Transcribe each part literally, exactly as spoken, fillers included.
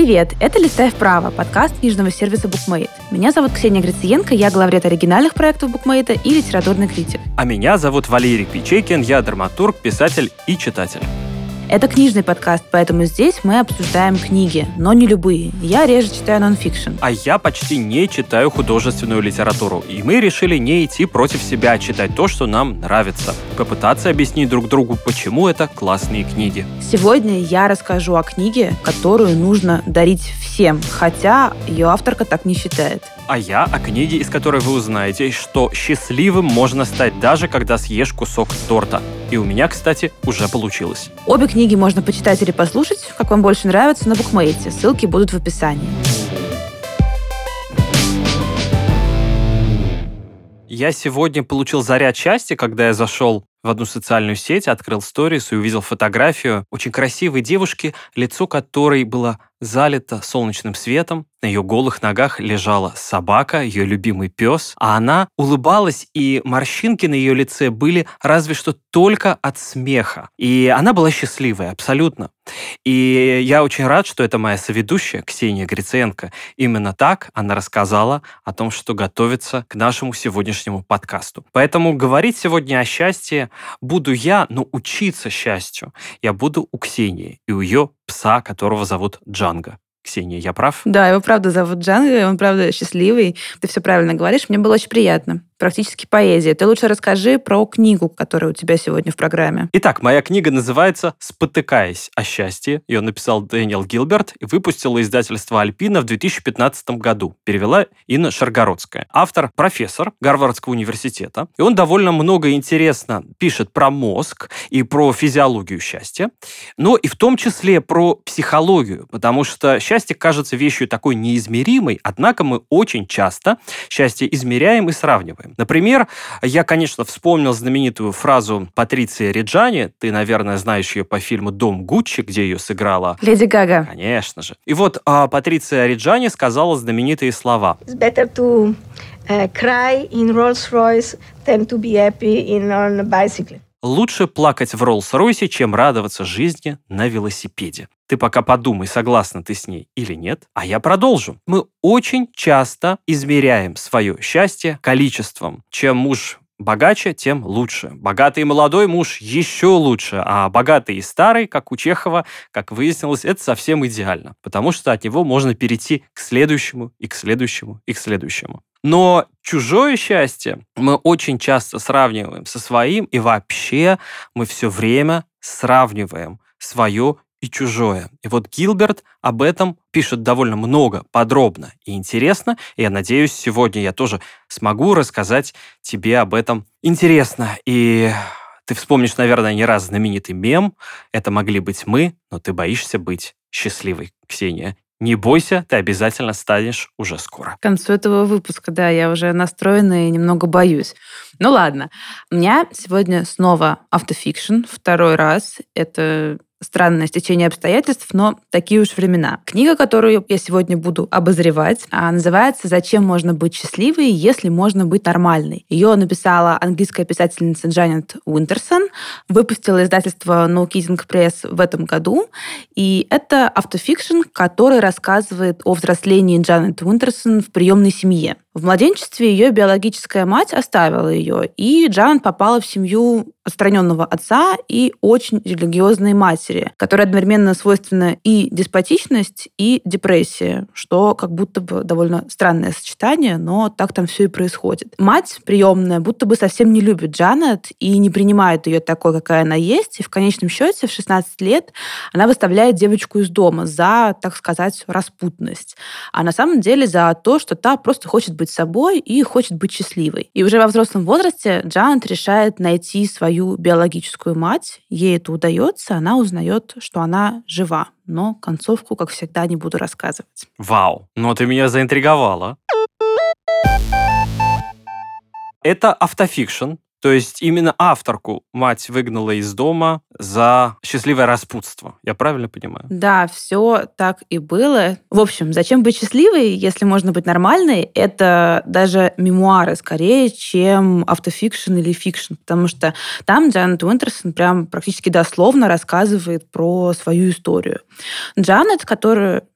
Привет, это «Листай вправо», подкаст книжного сервиса BookMate. Меня зовут Ксения Грициенко, я главред оригинальных проектов BookMate и литературный критик. А меня зовут Валерий Пичейкин, я драматург, писатель и читатель. Это книжный подкаст, поэтому здесь мы обсуждаем книги, но не любые. Я реже читаю нонфикшн. А я почти не читаю художественную литературу. И мы решили не идти против себя, а читать то, что нам нравится. Попытаться объяснить друг другу, почему это классные книги. Сегодня я расскажу о книге, которую нужно дарить всем, хотя ее авторка так не считает. А я о книге, из которой вы узнаете, что счастливым можно стать даже когда съешь кусок торта. И у меня, кстати, уже получилось. Обе книги можно почитать или послушать, как вам больше нравится, на BookMate. Ссылки будут в описании. Я сегодня получил заряд счастья, когда я зашел в одну социальную сеть, открыл сторис и увидел фотографию очень красивой девушки, лицо которой было залито солнечным светом. На ее голых ногах лежала собака, ее любимый пес, а она улыбалась, и морщинки на ее лице были разве что только от смеха. И она была счастливой, абсолютно. И я очень рад, что это моя соведущая Ксения Грициенко. Именно так она рассказала о том, что готовится к нашему сегодняшнему подкасту. Поэтому говорить сегодня о счастье буду я, но учиться счастью я буду у Ксении и у ее пса, которого зовут Джанго. Ксения, я прав? Да, его правда зовут Джанго, он правда счастливый. Ты все правильно говоришь, мне было очень приятно. Практически поэзия. Ты лучше расскажи про книгу, которая у тебя сегодня в программе. Итак, моя книга называется «Спотыкаясь о счастье». Ее написал Дэниел Гилберт и выпустила издательство «Альпина» в две тысячи пятнадцатом году. Перевела Инна Шаргородская. Автор – профессор Гарвардского университета. И он довольно много интересно пишет про мозг и про физиологию счастья, но и в том числе про психологию, потому что счастье кажется вещью такой неизмеримой, однако мы очень часто счастье измеряем и сравниваем. Например, я, конечно, вспомнил знаменитую фразу Патриции Реджани. Ты, наверное, знаешь ее по фильму «Дом Гуччи», где ее сыграла Леди Гага. Конечно же. И вот а, Патриция Реджани сказала знаменитые слова. It's better to uh, cry in Rolls-Royce than to be happy in on a bicycle. Лучше плакать в Роллс-Ройсе, чем радоваться жизни на велосипеде. Ты пока подумай, согласна ты с ней или нет, а я продолжу. Мы очень часто измеряем свое счастье количеством. Чем муж богаче, тем лучше. Богатый и молодой муж еще лучше, а богатый и старый, как у Чехова, как выяснилось, это совсем идеально, потому что от него можно перейти к следующему, и к следующему, и к следующему. Но чужое счастье мы очень часто сравниваем со своим, и вообще мы все время сравниваем свое и чужое. И вот Гилберт об этом пишет довольно много, подробно и интересно. И я надеюсь, сегодня я тоже смогу рассказать тебе об этом интересно. И ты вспомнишь, наверное, не раз знаменитый мем «Это могли быть мы, но ты боишься быть счастливой, Ксения». Не бойся, ты обязательно станешь уже скоро. К концу этого выпуска, да, я уже настроена и немного боюсь. Ну ладно. У меня сегодня снова автофикшн, второй раз. Это странное стечение обстоятельств, но такие уж времена. Книга, которую я сегодня буду обозревать, называется «Зачем можно быть счастливой, если можно быть нормальной?». Ее написала английская писательница Джанет Уинтерсон, выпустила издательство No Kidding Press в этом году, и это автофикшн, который рассказывает о взрослении Джанет Уинтерсон в приемной семье. В младенчестве ее биологическая мать оставила ее, и Джанет попала в семью отстраненного отца и очень религиозной матери, которой одновременно свойственна и деспотичность, и депрессия, что как будто бы довольно странное сочетание, но так там все и происходит. Мать приемная будто бы совсем не любит Джанет и не принимает ее такой, какая она есть, и в конечном счете в шестнадцать лет она выставляет девочку из дома за, так сказать, распутность, а на самом деле за то, что та просто хочет быть собой и хочет быть счастливой. И уже во взрослом возрасте Джанет решает найти свою биологическую мать. Ей это удается, она узнает, что она жива. Но концовку, как всегда, не буду рассказывать. Вау, ну ты меня заинтриговала. Это автофикшн. То есть именно авторку мать выгнала из дома за счастливое распутство. Я правильно понимаю? Да, все так и было. В общем, зачем быть счастливой, если можно быть нормальной? Это даже мемуары скорее, чем автофикшн или фикшн, потому что там Джанет Уинтерсон прям практически дословно рассказывает про свою историю. Джанет, которая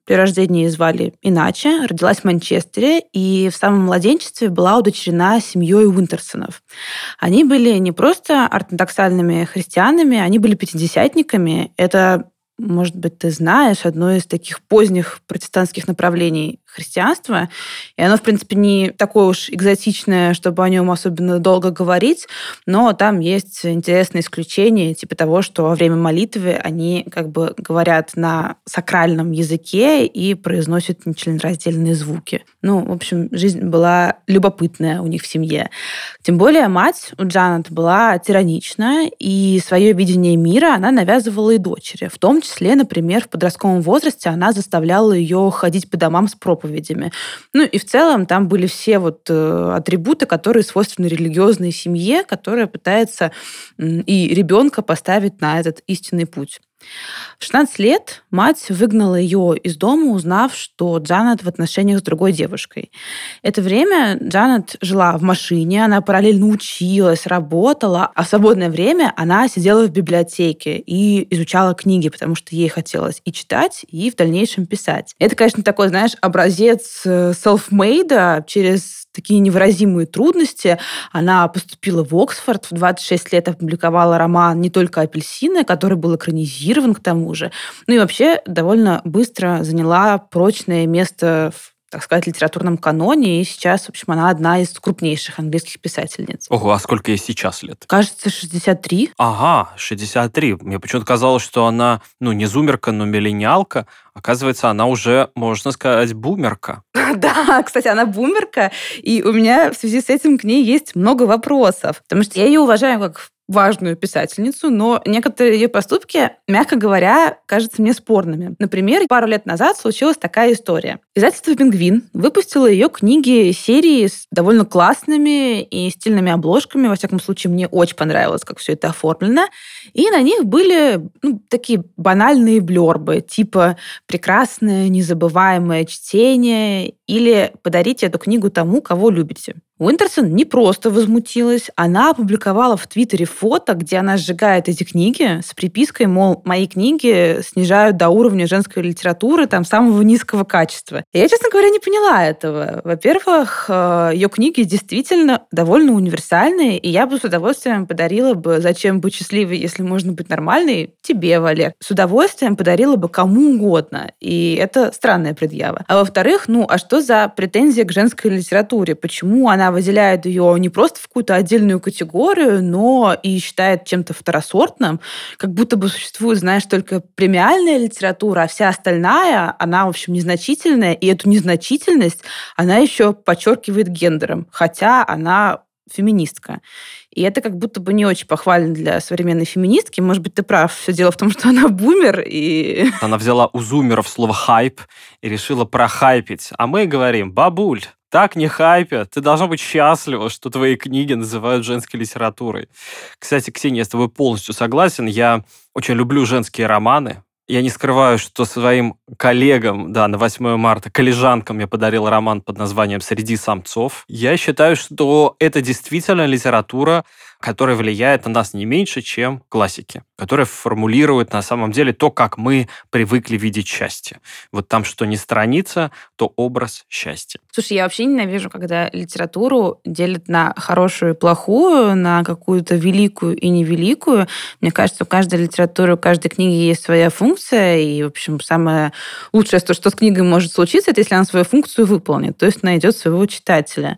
При рождении ее звали иначе, родилась в Манчестере и в самом младенчестве была удочерена семьей Уинтерсонов. Они были не просто ортодоксальными христианами, они были пятидесятниками. Это, может быть, ты знаешь, одно из таких поздних протестантских направлений христианства. И оно, в принципе, не такое уж экзотичное, чтобы о нем особенно долго говорить, но там есть интересные исключения, типа того, что во время молитвы они как бы говорят на сакральном языке и произносят нечленораздельные звуки. Ну, в общем, жизнь была любопытная у них в семье. Тем более мать у Джанет была тиранична, и свое видение мира она навязывала и дочери. В том числе, например, в подростковом возрасте она заставляла ее ходить по домам с проповедями. Ну и в целом там были все вот э, атрибуты, которые свойственны религиозной семье, которая пытается э, и ребенка поставить на этот истинный путь. В шестнадцать лет мать выгнала ее из дома, узнав, что Джанет в отношениях с другой девушкой. Это время Джанет жила в машине, она параллельно училась, работала, а в свободное время она сидела в библиотеке и изучала книги, потому что ей хотелось и читать, и в дальнейшем писать. Это, конечно, такой, знаешь, образец self-made через такие невыразимые трудности. Она поступила в Оксфорд, в двадцать шесть лет опубликовала роман «Не только апельсины», который был экранизирован к тому же. Ну и вообще довольно быстро заняла прочное место в, так сказать, литературном каноне, и сейчас, в общем, она одна из крупнейших английских писательниц. Ого, а сколько ей сейчас лет? Кажется, шестьдесят три. Ага, шестьдесят три. Мне почему-то казалось, что она, ну, не зумерка, но миллениалка. Оказывается, она уже, можно сказать, бумерка. Да, кстати, она бумерка, и у меня в связи с этим к ней есть много вопросов, потому что я ее уважаю как важную писательницу, но некоторые ее поступки, мягко говоря, кажутся мне спорными. Например, пару лет назад случилась такая история. Издательство «Пингвин» выпустило ее книги серии с довольно классными и стильными обложками. Во всяком случае, мне очень понравилось, как все это оформлено. И на них были ну, такие банальные блёрбы, типа «прекрасное, незабываемое чтение» или «подарите эту книгу тому, кого любите». Уинтерсон не просто возмутилась, она опубликовала в Твиттере фото, где она сжигает эти книги с припиской, мол, мои книги снижают до уровня женской литературы там самого низкого качества. И я, честно говоря, не поняла этого. Во-первых, ее книги действительно довольно универсальные, и я бы с удовольствием подарила бы «Зачем быть счастливой, если можно быть нормальной?» тебе, Валер. С удовольствием подарила бы кому угодно. И это странная предъява. А во-вторых, ну, а что за претензия к женской литературе? Почему она выделяет ее не просто в какую-то отдельную категорию, но и считает чем-то второсортным, как будто бы существует, знаешь, только премиальная литература, а вся остальная, она, в общем, незначительная, и эту незначительность она еще подчеркивает гендером, хотя она феминистка. И это как будто бы не очень похвально для современной феминистки. Может быть, ты прав. Все дело в том, что она бумер, и... Она взяла у зумеров слово «хайп» и решила прохайпить. А мы говорим: бабуль, так не хайпят. Ты должна быть счастлива, что твои книги называют женской литературой. Кстати, Ксения, я с тобой полностью согласен. Я очень люблю женские романы. Я не скрываю, что своим коллегам, да, на восьмое марта, коллежанкам я подарил роман под названием «Среди самцов». Я считаю, что это действительно литература, которая влияет на нас не меньше, чем классики, которая формулирует на самом деле то, как мы привыкли видеть счастье. Вот там, что не страница, то образ счастья. Слушай, я вообще ненавижу, когда литературу делят на хорошую и плохую, на какую-то великую и невеликую. Мне кажется, у каждой литературы, у каждой книги есть своя функция, и, в общем, самое лучшее, что с книгой может случиться, это если она свою функцию выполнит, то есть найдет своего читателя.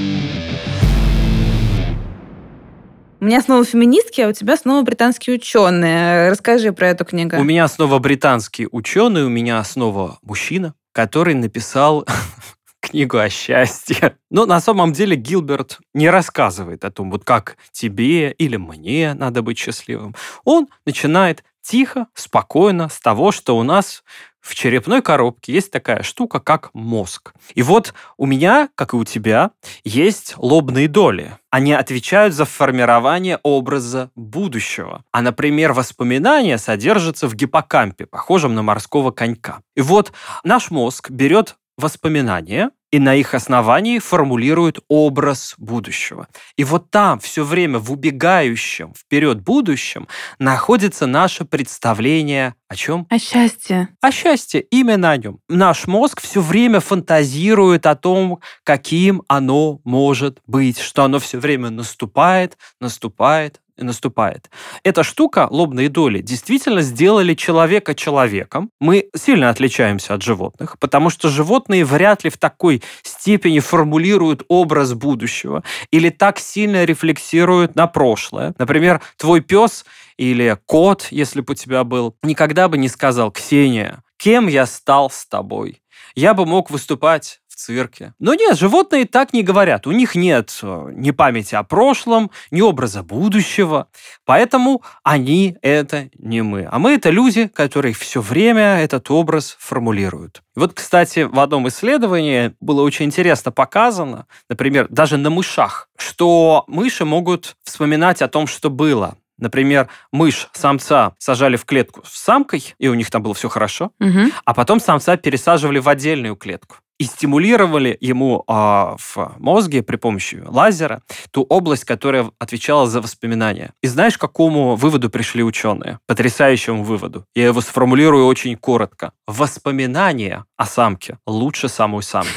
У меня снова феминистки, а у тебя снова британские ученые. Расскажи про эту книгу. У меня снова британский ученый, у меня снова мужчина, который написал книгу о счастье. Но на самом деле Гилберт не рассказывает о том, вот как тебе или мне надо быть счастливым. Он начинает тихо, спокойно с того, что у нас в черепной коробке есть такая штука, как мозг. И вот у меня, как и у тебя, есть лобные доли. Они отвечают за формирование образа будущего. А, например, воспоминания содержатся в гиппокампе, похожем на морского конька. И вот наш мозг берет воспоминания и и на их основании формулируют образ будущего. И вот там все время в убегающем вперед будущем находится наше представление о чем? О счастье. О счастье, именно о нем. Наш мозг все время фантазирует о том, каким оно может быть, что оно все время наступает, наступает и наступает. Эта штука, лобные доли, действительно сделали человека человеком. Мы сильно отличаемся от животных, потому что животные вряд ли в такой степени формулируют образ будущего или так сильно рефлексируют на прошлое. Например, твой пес или кот, если бы у тебя был, никогда бы не сказал: «Ксения, кем я стал с тобой? Я бы мог выступать в цирке». Но нет, животные так не говорят. У них нет ни памяти о прошлом, ни образа будущего. Поэтому они — это не мы. А мы — это люди, которые все время этот образ формулируют. И вот, кстати, в одном исследовании было очень интересно показано, например, даже на мышах, что мыши могут вспоминать о том, что было. Например, мышь самца сажали в клетку с самкой, и у них там было все хорошо, Угу. а потом самца пересаживали в отдельную клетку и стимулировали ему э, в мозге при помощи лазера ту область, которая отвечала за воспоминания. И знаешь, к какому выводу пришли ученые? Потрясающему выводу. Я его сформулирую очень коротко. Воспоминания о самке лучше самой самки.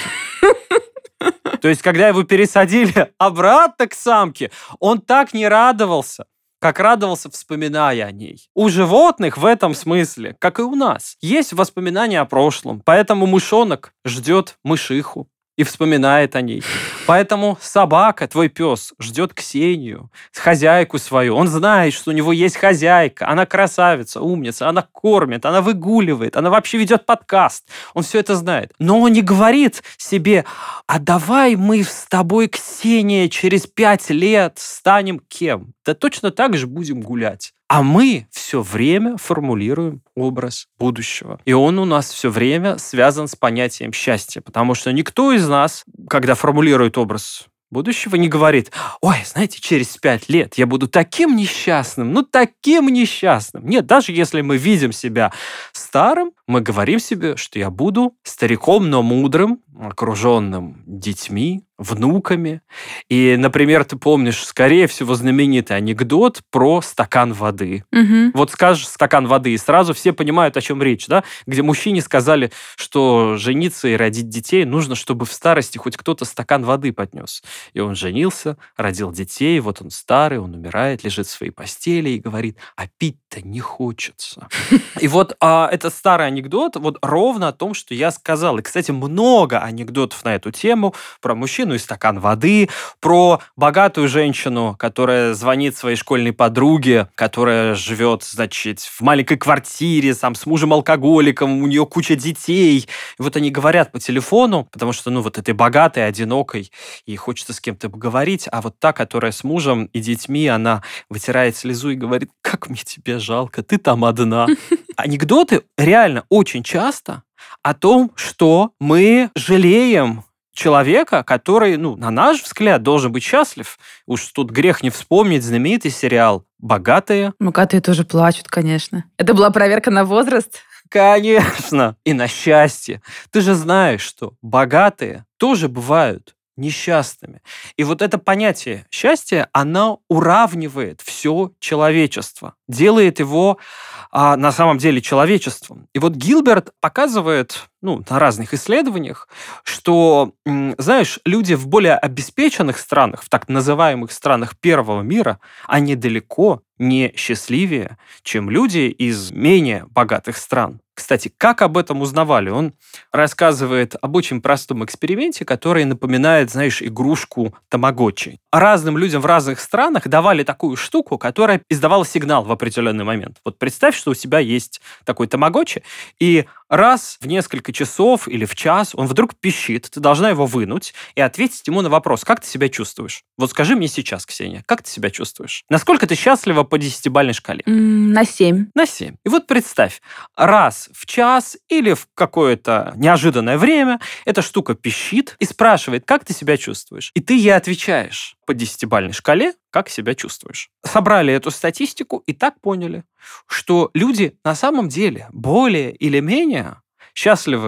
То есть, когда его пересадили обратно к самке, он так не радовался, как радовался, вспоминая о ней. У животных в этом смысле, как и у нас, есть воспоминания о прошлом. Поэтому мышонок ждет мышиху и вспоминает о ней. Поэтому собака, твой пес, ждет Ксению, хозяйку свою. Он знает, что у него есть хозяйка. Она красавица, умница, она кормит, она выгуливает, она вообще ведет подкаст. Он все это знает. Но он не говорит себе: «А давай мы с тобой, Ксения, через пять лет станем кем?» Да точно так же будем гулять. А мы все время формулируем образ будущего. И он у нас все время связан с понятием счастья, потому что никто из нас, когда формулирует образ будущего, не говорит: «Ой, знаете, через пять лет я буду таким несчастным, ну таким несчастным». Нет, даже если мы видим себя старым, мы говорим себе, что я буду стариком, но мудрым, окруженным детьми, внуками. И, например, ты помнишь, скорее всего, знаменитый анекдот про стакан воды. Угу. Вот скажешь «стакан воды», и сразу все понимают, о чем речь, да? Где мужчине сказали, что жениться и родить детей нужно, чтобы в старости хоть кто-то стакан воды поднес. И он женился, родил детей, вот он старый, он умирает, лежит в своей постели и говорит: «А пить-то не хочется». И вот а, этот старый анекдот вот ровно о том, что я сказал. И, кстати, много анекдотов на эту тему про мужчину и стакан воды, про богатую женщину, которая звонит своей школьной подруге, которая живет, значит, в маленькой квартире, сам с мужем-алкоголиком, у нее куча детей. И вот они говорят по телефону, потому что, ну, вот этой богатой, одинокой, и хочется с кем-то поговорить, а вот та, которая с мужем и детьми, она вытирает слезу и говорит: «Как мне тебя жалко, ты там одна». Анекдоты реально очень часто о том, что мы жалеем человека, который, ну, на наш взгляд, должен быть счастлив. Уж тут грех не вспомнить знаменитый сериал «Богатые». Богатые тоже плачут, конечно. Это была проверка на возраст. Конечно. И на счастье. Ты же знаешь, что богатые тоже бывают несчастными. И вот это понятие счастья, оно уравнивает все человечество, делает его а, на самом деле человечеством. И вот Гилберт показывает, ну, на разных исследованиях, что, м, знаешь, люди в более обеспеченных странах, в так называемых странах первого мира, они далеко не счастливее, чем люди из менее богатых стран. Кстати, как об этом узнавали? Он рассказывает об очень простом эксперименте, который напоминает, знаешь, игрушку тамагочи. Разным людям в разных странах давали такую штуку, которая издавала сигнал в определенный момент. Вот представь, что у тебя есть такой тамагочи, и раз в несколько часов или в час он вдруг пищит, ты должна его вынуть и ответить ему на вопрос: как ты себя чувствуешь? Вот скажи мне сейчас, Ксения, как ты себя чувствуешь? Насколько ты счастлива по десятибалльной шкале? М, На семь. На семь. И вот представь, раз в час или в какое-то неожиданное время эта штука пищит и спрашивает: как ты себя чувствуешь? И ты ей отвечаешь по десятибалльной шкале, как себя чувствуешь. Собрали эту статистику и так поняли, что люди на самом деле более или менее счастливы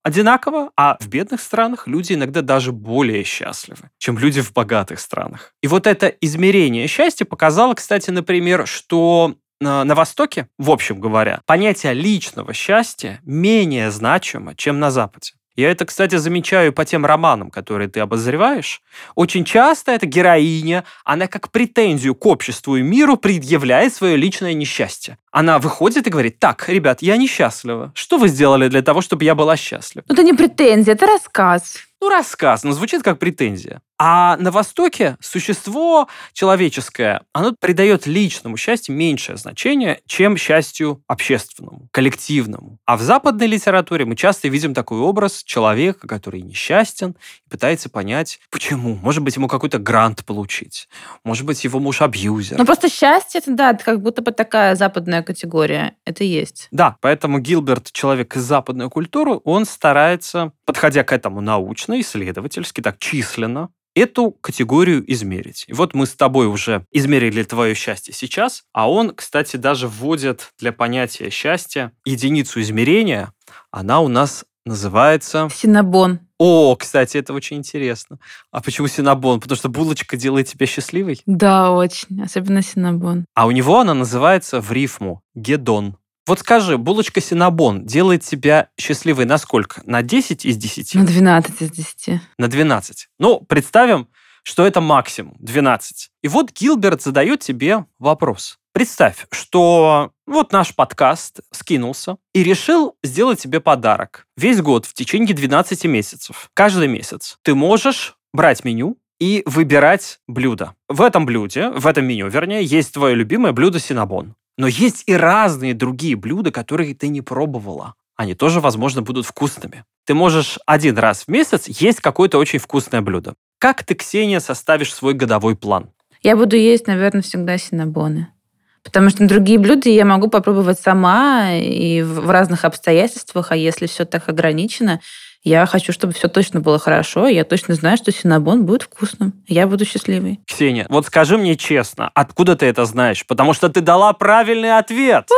одинаково, а в бедных странах люди иногда даже более счастливы, чем люди в богатых странах. И вот это измерение счастья показало, кстати, например, что на, на Востоке, в общем говоря, понятие личного счастья менее значимо, чем на Западе. Я это, кстати, замечаю по тем романам, которые ты обозреваешь. Очень часто эта героиня, она как претензию к обществу и миру предъявляет свое личное несчастье. Она выходит и говорит: так, ребят, я несчастлива. Что вы сделали для того, чтобы я была счастлива? Ну, это не претензия, это рассказ. Ну, рассказ, но звучит как претензия. А на Востоке существо человеческое, оно придает личному счастью меньшее значение, чем счастью общественному, коллективному. А в западной литературе мы часто видим такой образ человека, который несчастен, и пытается понять, почему. Может быть, ему какой-то грант получить. Может быть, его муж абьюзер. Ну, просто счастье, это, да, это как будто бы такая западная категория. Это есть. Да, поэтому Гилберт, человек из западной культуры, он старается, подходя к этому научно, исследовательски, так численно, эту категорию измерить. И вот мы с тобой уже измерили твое счастье сейчас, а он, кстати, даже вводит для понятия счастья единицу измерения. Она у нас называется... Синнабон. О, кстати, это очень интересно. А почему синнабон? Потому что булочка делает тебя счастливой? Да, очень. Особенно синнабон. А у него она называется в рифму гедон. Вот скажи, булочка синнабон делает тебя счастливой на сколько? На десять из десяти? На двенадцать из десяти. На двенадцать. Ну, представим, что это максимум, двенадцать. И вот Гилберт задает тебе вопрос. Представь, что вот наш подкаст скинулся и решил сделать тебе подарок. Весь год, в течение двенадцати месяцев. Каждый месяц ты можешь брать меню и выбирать блюдо. В этом блюде, в этом меню, вернее, есть твое любимое блюдо синнабон. Но есть и разные другие блюда, которые ты не пробовала. Они тоже, возможно, будут вкусными. Ты можешь один раз в месяц есть какое-то очень вкусное блюдо. Как ты, Ксения, составишь свой годовой план? Я буду есть, наверное, всегда синнабоны. Потому что другие блюда я могу попробовать сама и в разных обстоятельствах, а если все так ограничено, я хочу, чтобы все точно было хорошо, и я точно знаю, что синнабон будет вкусным. Я буду счастливой. Ксения, вот скажи мне честно, откуда ты это знаешь? Потому что ты дала правильный ответ.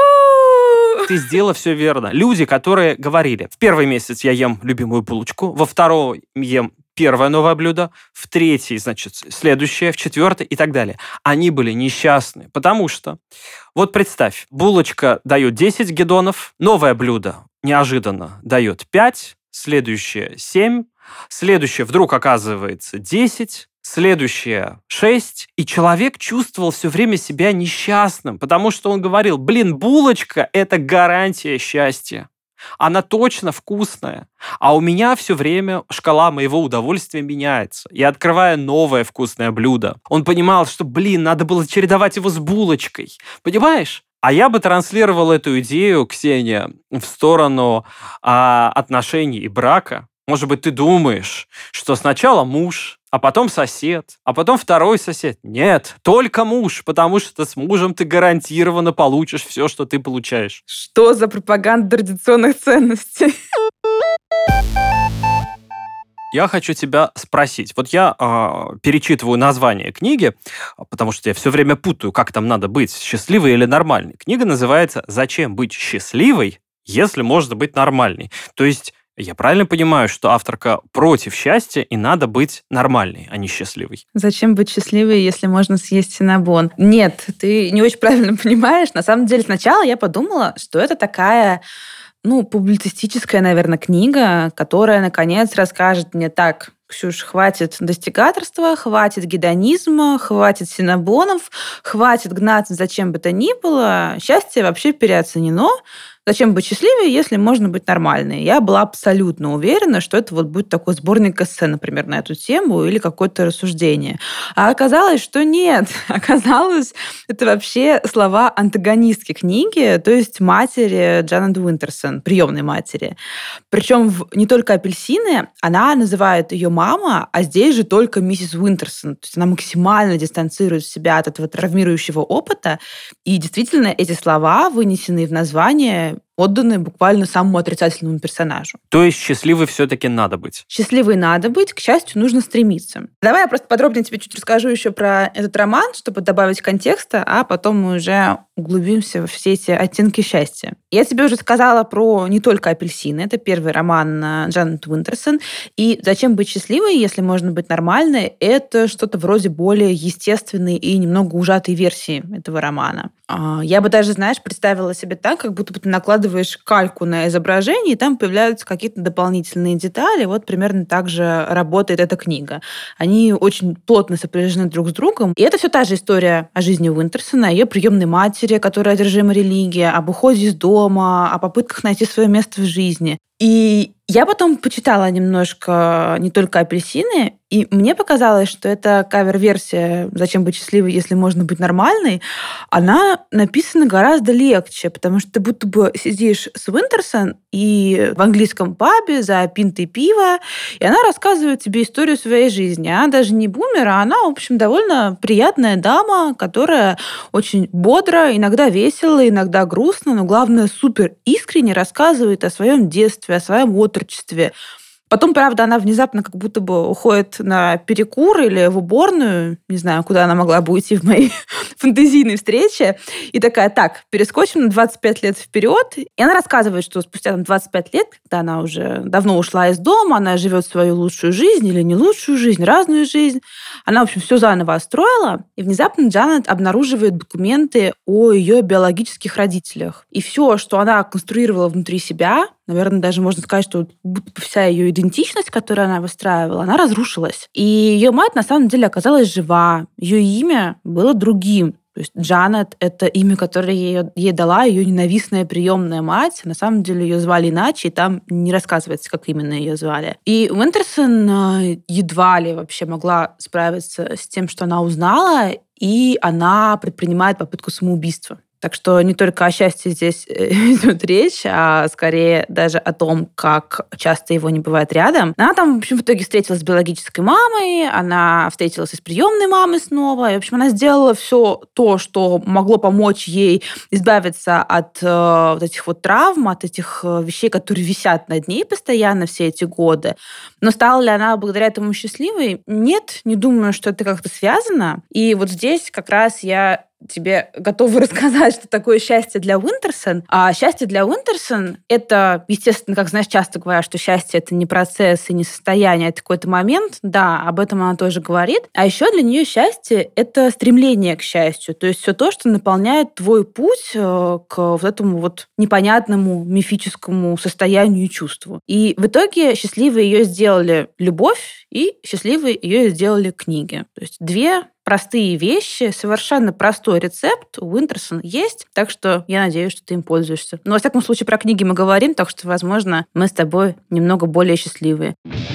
Ты сделала все верно. Люди, которые говорили: в первый месяц я ем любимую булочку, во второй ем первое новое блюдо, в третий, значит, следующее, в четвертый и так далее. Они были несчастны, потому что, вот представь, булочка дает десять гедонов, новое блюдо неожиданно дает пять, следующее семь, следующее вдруг оказывается десять, следующее шесть, и человек чувствовал все время себя несчастным, потому что он говорил: блин, булочка – это гарантия счастья. Она точно вкусная. А у меня все время шкала моего удовольствия меняется. Я открываю новое вкусное блюдо. Он понимал, что, блин, надо было чередовать его с булочкой. Понимаешь? А я бы транслировал эту идею, Ксения, в сторону а, отношений и брака. Может быть, ты думаешь, что сначала муж, а потом сосед, а потом второй сосед. Нет, только муж, потому что с мужем ты гарантированно получишь все, что ты получаешь. Что за пропаганда традиционных ценностей? Я хочу тебя спросить. Вот я э, перечитываю название книги, потому что я все время путаю, как там надо быть, счастливой или нормальной. Книга называется «Зачем быть счастливой, если можно быть нормальной?». То есть я правильно понимаю, что авторка против счастья, и надо быть нормальной, а не счастливой? Зачем быть счастливой, если можно съесть синнабон? Нет, ты не очень правильно понимаешь. На самом деле, сначала я подумала, что это такая, ну, публицистическая, наверное, книга, которая, наконец, расскажет мне: так, Ксюш, хватит достигаторства, хватит гедонизма, хватит синнабонов, хватит гнаться зачем бы то ни было. Счастье вообще переоценено. Зачем быть счастливой, если можно быть нормальной? Я была абсолютно уверена, что это вот будет такой сборник эссе, например, на эту тему или какое-то рассуждение. А оказалось, что нет. Оказалось, это вообще слова антагонистки книги, то есть матери Джанет Уинтерсон, приемной матери. Причем не только апельсины, она называет ее мама, а здесь же только миссис Уинтерсон. То есть она максимально дистанцирует себя от этого травмирующего опыта. И действительно, эти слова, вынесенные в название, не отданы буквально самому отрицательному персонажу. То есть счастливой все-таки надо быть? Счастливой надо быть, к счастью, нужно стремиться. Давай я просто подробнее тебе чуть расскажу еще про этот роман, чтобы добавить контекста, а потом мы уже углубимся во все эти оттенки счастья. Я тебе уже сказала про «Не только апельсины». Это первый роман Джанет Уинтерсон. И «Зачем быть счастливой, если можно быть нормальной?» — это что-то вроде более естественной и немного ужатой версии этого романа. Я бы даже, знаешь, представила себе так, как будто бы ты накладываешь кальку на изображение, и там появляются какие-то дополнительные детали. Вот примерно так же работает эта книга. Они очень плотно сопряжены друг с другом. И это все та же история о жизни Уинтерсона, о ее приемной матери, которая одержима религией, об уходе из дома, о попытках найти свое место в жизни. И я потом почитала немножко «Не только апельсины», и мне показалось, что эта кавер-версия «Зачем быть счастливой, если можно быть нормальной», она написана гораздо легче, потому что ты будто бы сидишь с Уинтерсон и в английском пабе за пинтой пива, и она рассказывает тебе историю своей жизни. Она даже не бумер, а она, в общем, довольно приятная дама, которая очень бодро, иногда весело, иногда грустно, но, главное, супер искренне рассказывает о своем детстве, о своем отрочестве. Потом, правда, она внезапно как будто бы уходит на перекур или в уборную, не знаю, куда она могла бы уйти в моей фэнтезийной встрече, и такая: так, перескочим на двадцать пять лет вперед. И она рассказывает, что спустя там, двадцать пять лет, когда она уже давно ушла из дома, она живет свою лучшую жизнь или не лучшую жизнь, разную жизнь. Она, в общем, все заново отстроила, и внезапно Джанет обнаруживает документы о ее биологических родителях. И все, что она конструировала внутри себя, наверное, даже можно сказать, что будто вся ее идентичность, которую она выстраивала, она разрушилась. И ее мать на самом деле оказалась жива. Ее имя было другим. То есть Джанет — это имя, которое ей, ей дала ее ненавистная приемная мать. На самом деле ее звали иначе, и там не рассказывается, как именно ее звали. И Уинтерсон едва ли вообще могла справиться с тем, что она узнала, и она предпринимает попытку самоубийства. Так что не только о счастье здесь идет речь, а скорее даже о том, как часто его не бывает рядом. Она там, в общем, в итоге встретилась с биологической мамой, она встретилась и с приемной мамой снова. И, в общем, она сделала все то, что могло помочь ей избавиться от э, вот этих вот травм, от этих вещей, которые висят над ней постоянно все эти годы. Но стала ли она благодаря этому счастливой? Нет, не думаю, что это как-то связано. И вот здесь как раз я тебе готова рассказать, что такое счастье для Уинтерсон. А счастье для Уинтерсон — это, естественно, как, знаешь, часто говорят, что счастье — это не процесс и не состояние, это какой-то момент. Да, об этом она тоже говорит. А еще для нее счастье — это стремление к счастью. То есть все то, что наполняет твой путь к вот этому вот непонятному мифическому состоянию и чувству. И в итоге счастливой ее сделали любовь, и счастливой ее сделали книги. То есть две простые вещи, совершенно простой рецепт у Уинтерсон есть, так что я надеюсь, что ты им пользуешься. Но, во всяком случае, про книги мы говорим, так что, возможно, мы с тобой немного более счастливые.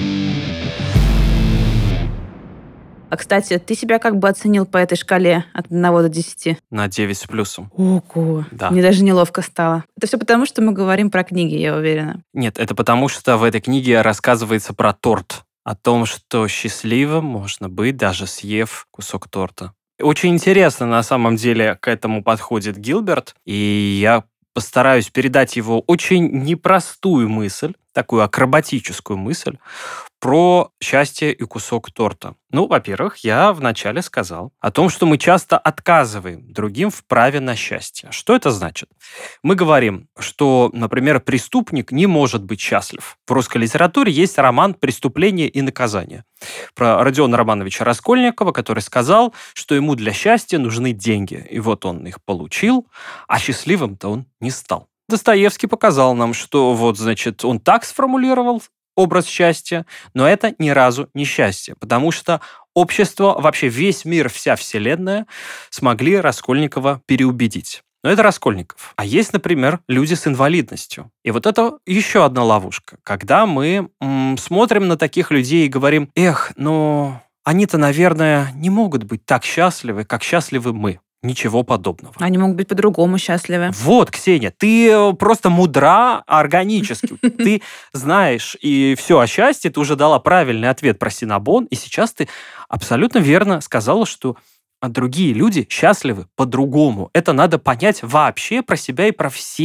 А, кстати, ты себя как бы оценил по этой шкале от одного до десяти? На девять с плюсом. Ого, да. Мне даже неловко стало. Это все потому, что мы говорим про книги, я уверена. Нет, это потому, что в этой книге рассказывается про торт. О том, что счастливым можно быть, даже съев кусок торта. Очень интересно, на самом деле, к этому подходит Гилберт, и я постараюсь передать его очень непростую мысль, такую акробатическую мысль, про счастье и кусок торта. Ну, во-первых, я вначале сказал о том, что мы часто отказываем другим в праве на счастье. Что это значит? Мы говорим, что, например, преступник не может быть счастлив. В русской литературе есть роман «Преступление и наказание» про Родиона Романовича Раскольникова, который сказал, что ему для счастья нужны деньги. И вот он их получил, а счастливым-то он не стал. Достоевский показал нам, что вот, значит, он так сформулировал образ счастья, но это ни разу не счастье, потому что общество, вообще весь мир, вся вселенная смогли Раскольникова переубедить. Но это Раскольников. А есть, например, люди с инвалидностью. И вот это еще одна ловушка. Когда мы м, смотрим на таких людей и говорим: эх, ну, они-то, наверное, не могут быть так счастливы, как счастливы мы. Ничего подобного. Они могут быть по-другому счастливы. Вот, Ксения, ты просто мудра органически. Ты знаешь и все о счастье, ты уже дала правильный ответ про Синнабон, и сейчас ты абсолютно верно сказала, что другие люди счастливы по-другому. Это надо понять вообще про себя и про всех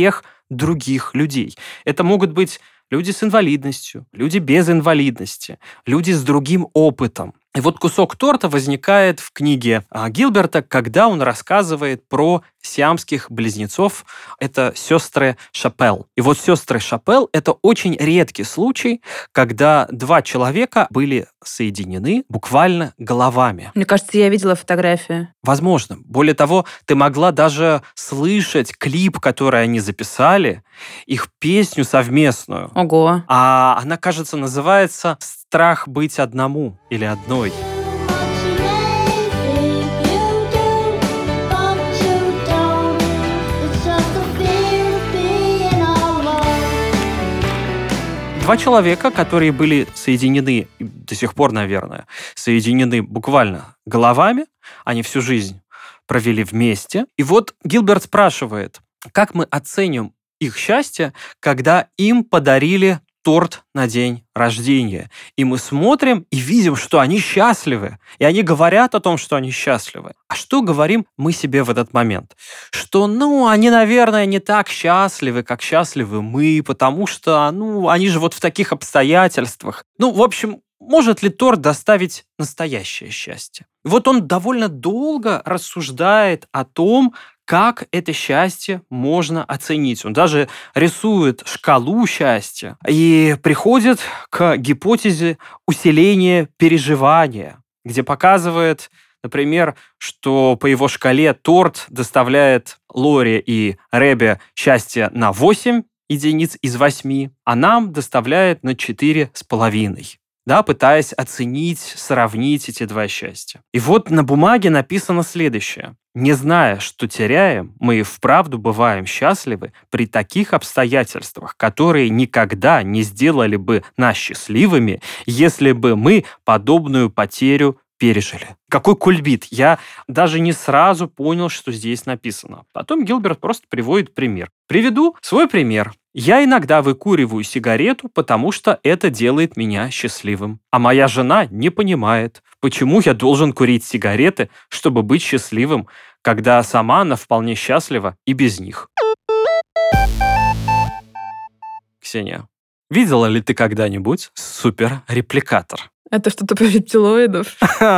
других людей. Это могут быть люди с инвалидностью, люди без инвалидности, люди с другим опытом. И вот кусок торта возникает в книге Гилберта, когда он рассказывает про сиамских близнецов. Это сестры Шапел. И вот сестры Шапел – это очень редкий случай, когда два человека были соединены буквально головами. Мне кажется, я видела фотографию. Возможно. Более того, ты могла даже слышать клип, который они записали, их песню совместную. Ого. А она, кажется, называется «Страх быть одному» или «одной». Два человека, которые были соединены, до сих пор, наверное, соединены буквально головами, они всю жизнь провели вместе. И вот Гилберт спрашивает, как мы оценим их счастье, когда им подарили торт на день рождения. И мы смотрим и видим, что они счастливы. И они говорят о том, что они счастливы. А что говорим мы себе в этот момент? Что, ну, они, наверное, не так счастливы, как счастливы мы, потому что, ну, они же вот в таких обстоятельствах. Ну, в общем, может ли торт доставить настоящее счастье? Вот он довольно долго рассуждает о том, как это счастье можно оценить. Он даже рисует шкалу счастья и приходит к гипотезе усиления переживания, где показывает, например, что по его шкале торт доставляет Лоре и Ребе счастье на восемь единиц из восьми, а нам доставляет на четыре с половиной. Да, пытаясь оценить, сравнить эти два счастья. И вот на бумаге написано следующее. Не зная, что теряем, мы и вправду бываем счастливы при таких обстоятельствах, которые никогда не сделали бы нас счастливыми, если бы мы подобную потерю пережили. Какой кульбит! Я даже не сразу понял, что здесь написано. Потом Гилберт просто приводит пример. Приведу свой пример. Я иногда выкуриваю сигарету, потому что это делает меня счастливым. А моя жена не понимает, почему я должен курить сигареты, чтобы быть счастливым, когда сама она вполне счастлива и без них. Ксения, видела ли ты когда-нибудь суперрепликатор? Это что-то про рептилоидов?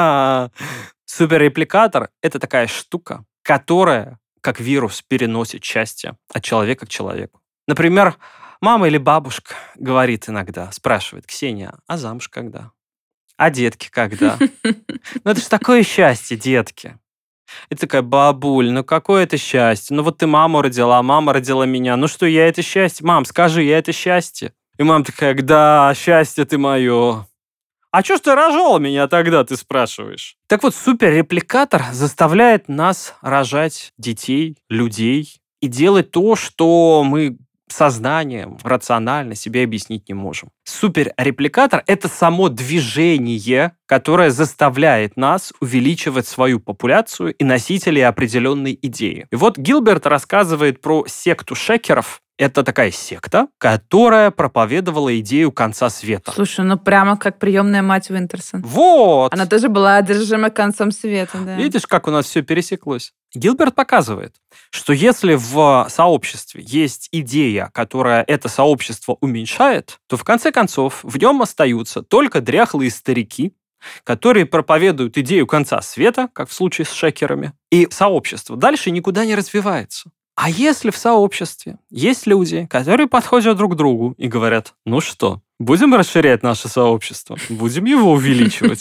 Суперрепликатор – это такая штука, которая, как вирус, переносит счастье от человека к человеку. Например, мама или бабушка говорит иногда, спрашивает: Ксения, а замуж когда? А детки когда? Ну это же такое счастье, детки. И такая: бабуль, ну какое это счастье? Ну вот ты маму родила, а мама родила меня. Ну что, я это счастье? Мам, скажи, я это счастье? И мама такая: да, счастье ты мое. А что ж ты рожала меня тогда, ты спрашиваешь? Так вот, суперрепликатор заставляет нас рожать детей, людей и делать то, что мы сознанием, рационально себе объяснить не можем. Суперрепликатор – это само движение, которое заставляет нас увеличивать свою популяцию и носителей определенной идеи. И вот Гилберт рассказывает про секту шекеров. Это такая секта, которая проповедовала идею конца света. Слушай, ну прямо как приемная мать Уинтерсон. Вот! Она тоже была одержима концом света, да. Видишь, как у нас все пересеклось? Гилберт показывает, что если в сообществе есть идея, которая это сообщество уменьшает, то в конце концов в нем остаются только дряхлые старики, которые проповедуют идею конца света, как в случае с шекерами, и сообщество дальше никуда не развивается. А если в сообществе есть люди, которые подходят друг к другу и говорят: ну что, будем расширять наше сообщество, будем его увеличивать,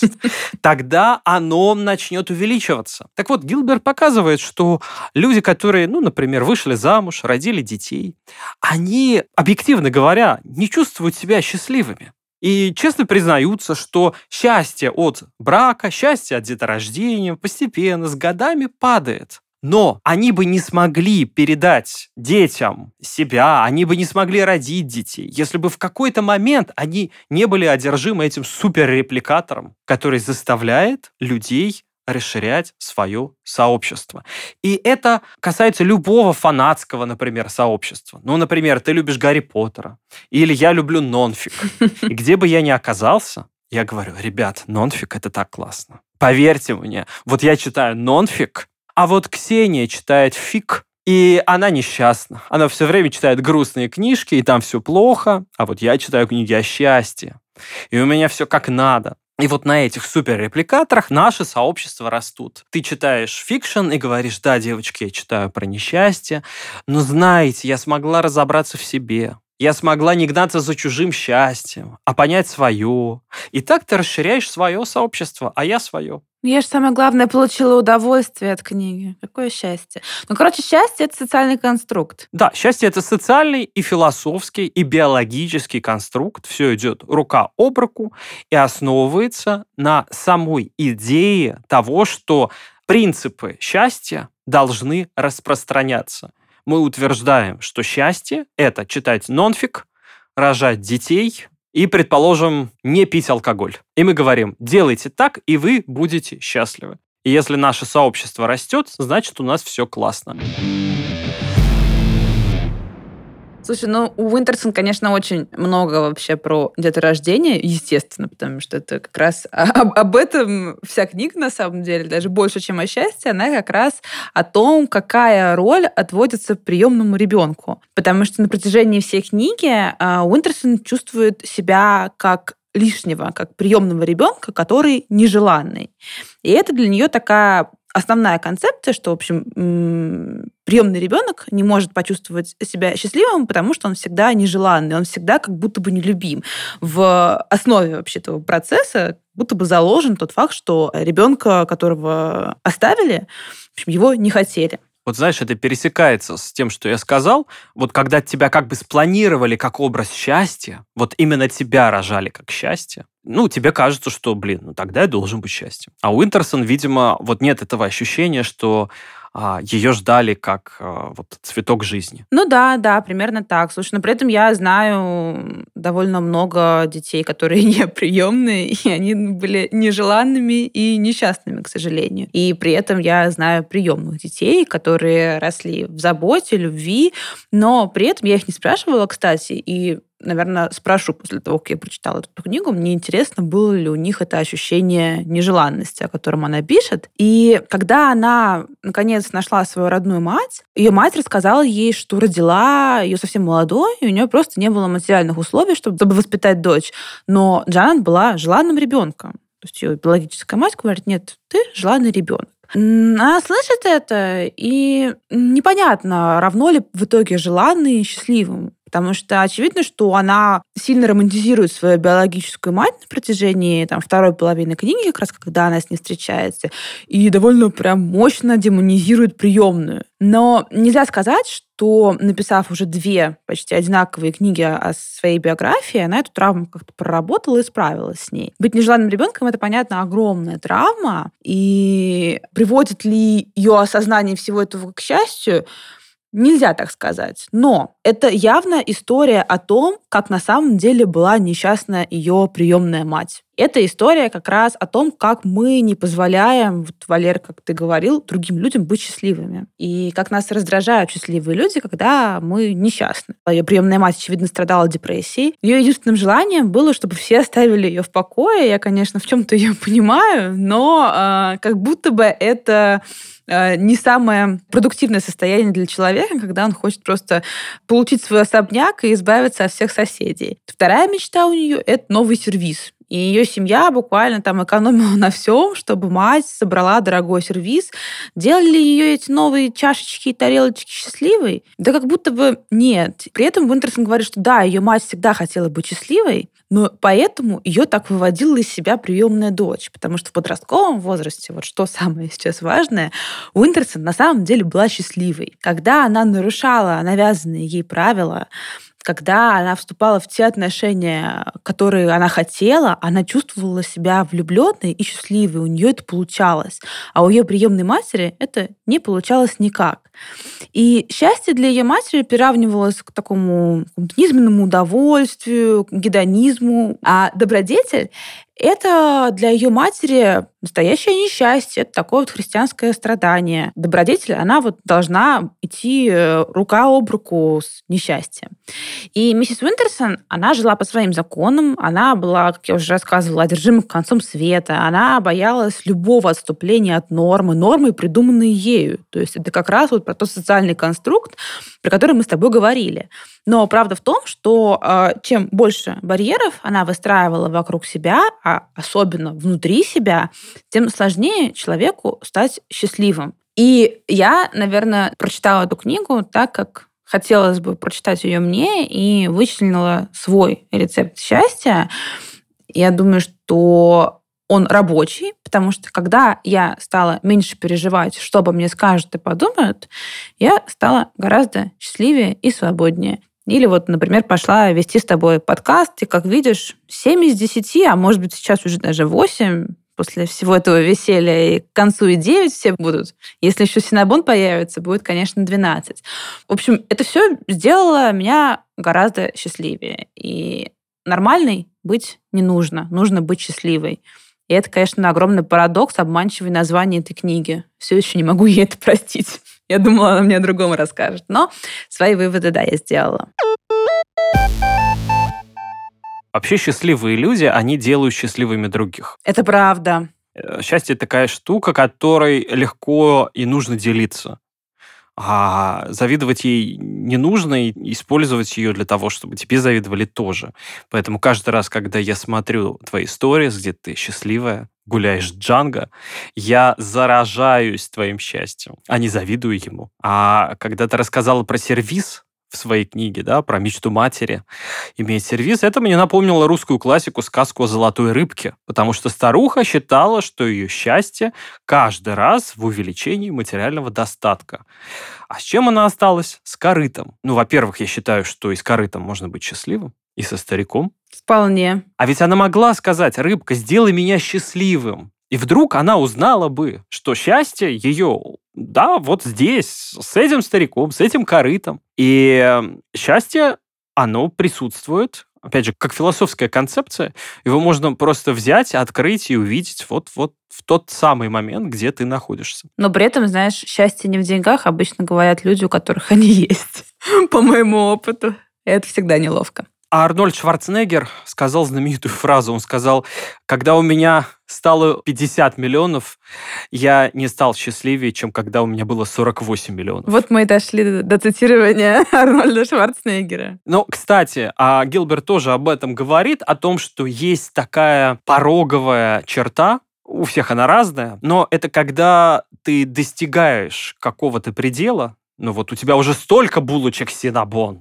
тогда оно начнет увеличиваться. Так вот, Гилберт показывает, что люди, которые, ну, например, вышли замуж, родили детей, они, объективно говоря, не чувствуют себя счастливыми. И честно признаются, что счастье от брака, счастье от деторождения постепенно с годами падает. Но они бы не смогли передать детям себя, они бы не смогли родить детей, если бы в какой-то момент они не были одержимы этим суперрепликатором, который заставляет людей расширять свое сообщество. И это касается любого фанатского, например, сообщества. Ну, например, ты любишь Гарри Поттера, или я люблю нонфик. И где бы я ни оказался, я говорю: ребят, нонфик — это так классно. Поверьте мне, вот я читаю нонфик, а вот Ксения читает фик, И она несчастна. Она все время читает грустные книжки, и там все плохо. А вот я читаю книги о счастье. И у меня все как надо. И вот на этих суперрепликаторах наши сообщества растут. Ты читаешь фикшн и говоришь: да, девочки, я читаю про несчастье, но знаете, я смогла разобраться в себе. Я смогла не гнаться за чужим счастьем, а понять свое. И так ты расширяешь свое сообщество, а я свое. Я же, самое главное, получила удовольствие от книги. Какое счастье. Ну, короче, счастье — это социальный конструкт. Да, счастье — это социальный и философский, и биологический конструкт. Все идет рука об руку и основывается на самой идее того, что принципы счастья должны распространяться. Мы утверждаем, что счастье — это читать нонфик, рожать детей и, предположим, не пить алкоголь. И мы говорим: делайте так, и вы будете счастливы. И если наше сообщество растет, значит, у нас все классно. Слушай, ну, у Уинтерсон, конечно, очень много вообще про деторождение, естественно, потому что это как раз об, об этом вся книга, на самом деле, даже больше, чем о счастье, она как раз о том, какая роль отводится приемному ребенку. Потому что на протяжении всей книги Уинтерсон чувствует себя как лишнего, как приемного ребенка, который нежеланный. И это для нее такая основная концепция, что, в общем, приемный ребенок не может почувствовать себя счастливым, потому что он всегда нежеланный, он всегда как будто бы нелюбим. В основе вообще этого процесса будто бы заложен тот факт, что ребенка, которого оставили, в общем, его не хотели. Вот знаешь, это пересекается с тем, что я сказал. Вот когда тебя как бы спланировали как образ счастья, вот именно тебя рожали как счастье, ну, тебе кажется, что, блин, ну тогда я должен быть счастьем. А у Уинтерсон, видимо, вот нет этого ощущения, что а, ее ждали как а, вот цветок жизни. Ну да, да, примерно так. Слушай, но при этом я знаю довольно много детей, которые не приемные, и они были нежеланными и несчастными, к сожалению. И при этом я знаю приемных детей, которые росли в заботе, любви, но при этом я их не спрашивала, кстати, и наверное, спрошу после того, как я прочитала эту книгу. Мне интересно, было ли у них это ощущение нежеланности, о котором она пишет. И когда она, наконец, нашла свою родную мать, ее мать рассказала ей, что родила ее совсем молодой, и у нее просто не было материальных условий, чтобы воспитать дочь. Но Джанет была желанным ребенком. То есть ее биологическая мать говорит: нет, ты желанный ребенок. Она слышит это, и непонятно, равно ли в итоге желанный и счастливым. Потому что очевидно, что она сильно романтизирует свою биологическую мать на протяжении там, второй половины книги, как раз когда она с ней встречается, и довольно прям мощно демонизирует приемную. Но нельзя сказать, что, написав уже две почти одинаковые книги о своей биографии, она эту травму как-то проработала и справилась с ней. Быть нежеланным ребенком — это, понятно, огромная травма, и приводит ли ее осознание всего этого к счастью, нельзя так сказать. Но это явно история о том, как на самом деле была несчастна ее приемная мать. Это история как раз о том, как мы не позволяем, вот, Валер, как ты говорил, другим людям быть счастливыми. И как нас раздражают счастливые люди, когда мы несчастны. Ее приемная мать, очевидно, страдала депрессией. Ее единственным желанием было, чтобы все оставили ее в покое. Я, конечно, в чем-то ее понимаю, но э, как будто бы это э, не самое продуктивное состояние для человека, когда он хочет просто получить свой особняк и избавиться от всех соседей. Вторая мечта у нее — это новый сервиз. И ее семья буквально там экономила на всем, чтобы мать собрала дорогой сервиз. Делали ли ее эти новые чашечки и тарелочки счастливой? Да как будто бы нет. При этом Уинтерсон говорит, что да, ее мать всегда хотела быть счастливой, но поэтому ее так выводила из себя приемная дочь. Потому что в подростковом возрасте, вот что самое сейчас важное, Уинтерсон на самом деле была счастливой. Когда она нарушала навязанные ей правила, когда она вступала в те отношения, которые она хотела, она чувствовала себя влюбленной и счастливой. У нее это получалось. А у ее приемной матери это не получалось никак. И счастье для ее матери приравнивалось к такому низменному удовольствию, к гедонизму. А добродетель — это для ее матери настоящее несчастье, это такое вот христианское страдание. Добродетель, она вот должна идти рука об руку с несчастьем. И миссис Уинтерсон, она жила по своим законам, она была, как я уже рассказывала, одержима концом света, она боялась любого отступления от нормы, нормы, придуманные ею. То есть это как раз вот про тот социальный конструкт, про который мы с тобой говорили. Но правда в том, что э, чем больше барьеров она выстраивала вокруг себя, а особенно внутри себя, тем сложнее человеку стать счастливым. И я, наверное, прочитала эту книгу так, как хотелось бы прочитать ее мне, и вычленила свой рецепт счастья. Я думаю, что он рабочий, потому что когда я стала меньше переживать, что обо мне скажут и подумают, я стала гораздо счастливее и свободнее. Или вот, например, пошла вести с тобой подкаст, и, как видишь, семь из десяти, а может быть, сейчас уже даже восемь, после всего этого веселья, и к концу и девять все будут. Если еще Cinnabon появится, будет, конечно, двенадцать. В общем, это все сделало меня гораздо счастливее. И нормальной быть не нужно. Нужно быть счастливой. И это, конечно, огромный парадокс, обманчивое название этой книги. Все еще не могу ей это простить. Я думала, она мне о другом расскажет. Но свои выводы, да, я сделала. Вообще счастливые люди, они делают счастливыми других. Это правда. Счастье такая штука, которой легко и нужно делиться. А завидовать ей не нужно, и использовать ее для того, чтобы тебе завидовали, тоже. Поэтому каждый раз, когда я смотрю твои сторис, где ты счастливая, гуляешь с Джанго, я заражаюсь твоим счастьем, а не завидую ему. А когда ты рассказала про сервиз в своей книге, да, про мечту матери иметь сервиз, это мне напомнило русскую классику, сказку о золотой рыбке, потому что старуха считала, что ее счастье каждый раз в увеличении материального достатка. А с чем она осталась? С корытом. Ну, во-первых, я считаю, что и с корытом можно быть счастливым, и со стариком. Вполне. А ведь она могла сказать: рыбка, сделай меня счастливым. И вдруг она узнала бы, что счастье ее, да, вот здесь, с этим стариком, с этим корытом. И счастье, оно присутствует, опять же, как философская концепция. Его можно просто взять, открыть и увидеть вот-вот в тот самый момент, где ты находишься. Но при этом, знаешь, счастье не в деньгах, обычно говорят люди, у которых они есть, по моему опыту. Это всегда неловко. А Арнольд Шварценеггер сказал знаменитую фразу. Он сказал: когда у меня стало пятьдесят миллионов, я не стал счастливее, чем когда у меня было сорок восемь миллионов. Вот мы и дошли до цитирования Арнольда Шварценеггера. Ну, кстати, а Гилберт тоже об этом говорит, о том, что есть такая пороговая черта, у всех она разная, но это когда ты достигаешь какого-то предела. Ну вот у тебя уже столько булочек Cinnabon,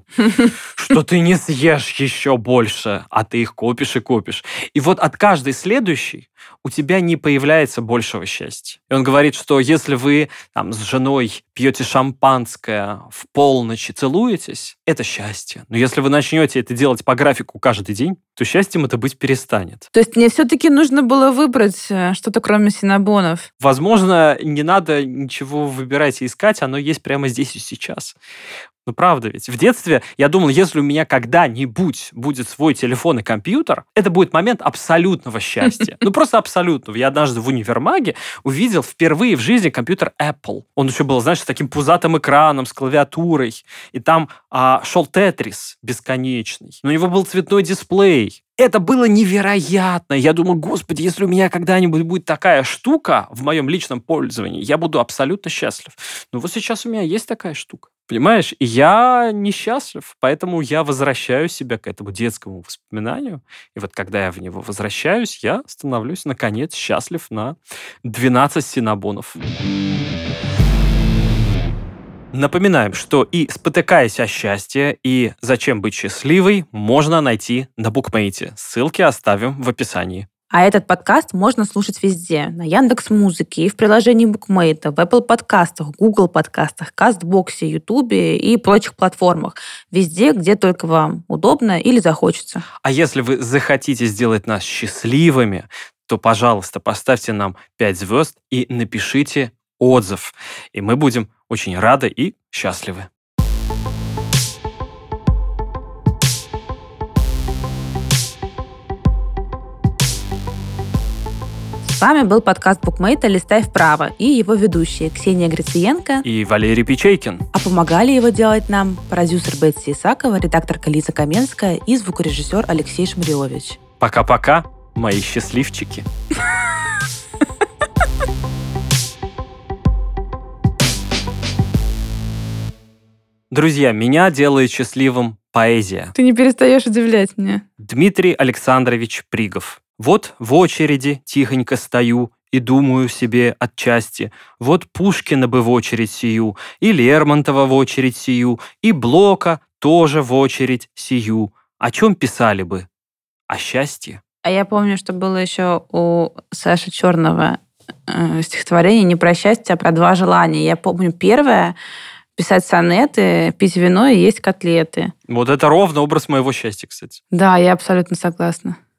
что ты не съешь еще больше, а ты их копишь и копишь. И вот от каждой следующей у тебя не появляется большего счастья. И он говорит, что если вы там, с женой пьете шампанское в полночь и целуетесь, это счастье. Но если вы начнете это делать по графику каждый день, то счастьем это быть перестанет. То есть мне все-таки нужно было выбрать что-то кроме синнабонов? Возможно, не надо ничего выбирать и искать, оно есть прямо здесь и сейчас. Ну, правда ведь. В детстве я думал, если у меня когда-нибудь будет свой телефон и компьютер, это будет момент абсолютного счастья. Ну, просто абсолютного. Я однажды в универмаге увидел впервые в жизни компьютер Apple. Он еще был, знаешь, с таким пузатым экраном, с клавиатурой. И там а, шел Тетрис бесконечный. Но у него был цветной дисплей. Это было невероятно. Я думаю, господи, если у меня когда-нибудь будет такая штука в моем личном пользовании, я буду абсолютно счастлив. Но вот сейчас у меня есть такая штука. Понимаешь? И я несчастлив, поэтому я возвращаю себя к этому детскому воспоминанию. И вот когда я в него возвращаюсь, я становлюсь, наконец, счастлив на двенадцать синнабонов. Напоминаем, что и «Спотыкаясь о счастье», и «Зачем быть счастливой» можно найти на букмейте. Ссылки оставим в описании. А этот подкаст можно слушать везде. На Яндекс.Музыке и в приложении Букмейта, в Apple подкастах, Google подкастах, Кастбоксе, Ютубе и прочих платформах. Везде, где только вам удобно или захочется. А если вы захотите сделать нас счастливыми, то, пожалуйста, поставьте нам пять звезд и напишите отзыв. И мы будем очень рады и счастливы. С вами был подкаст Букмейта «Листай вправо» и его ведущие Ксения Грицыенко и Валерий Печейкин. А помогали его делать нам продюсер Бетси Исакова, редакторка Лиза Каменская и звукорежиссер Алексей Шмриович. Пока-пока, мои счастливчики. Друзья, меня делает счастливым поэзия. Ты не перестаешь удивлять меня. Дмитрий Александрович Пригов. Вот в очереди тихонько стою и думаю себе отчасти, вот Пушкина бы в очередь сию, и Лермонтова в очередь сию, и Блока тоже в очередь сию. О чем писали бы? О счастье. А я помню, что было еще у Саши Черного э, стихотворение не про счастье, а про два желания. Я помню первое — писать сонеты, пить вино и есть котлеты. Вот это ровно образ моего счастья, кстати. Да, я абсолютно согласна.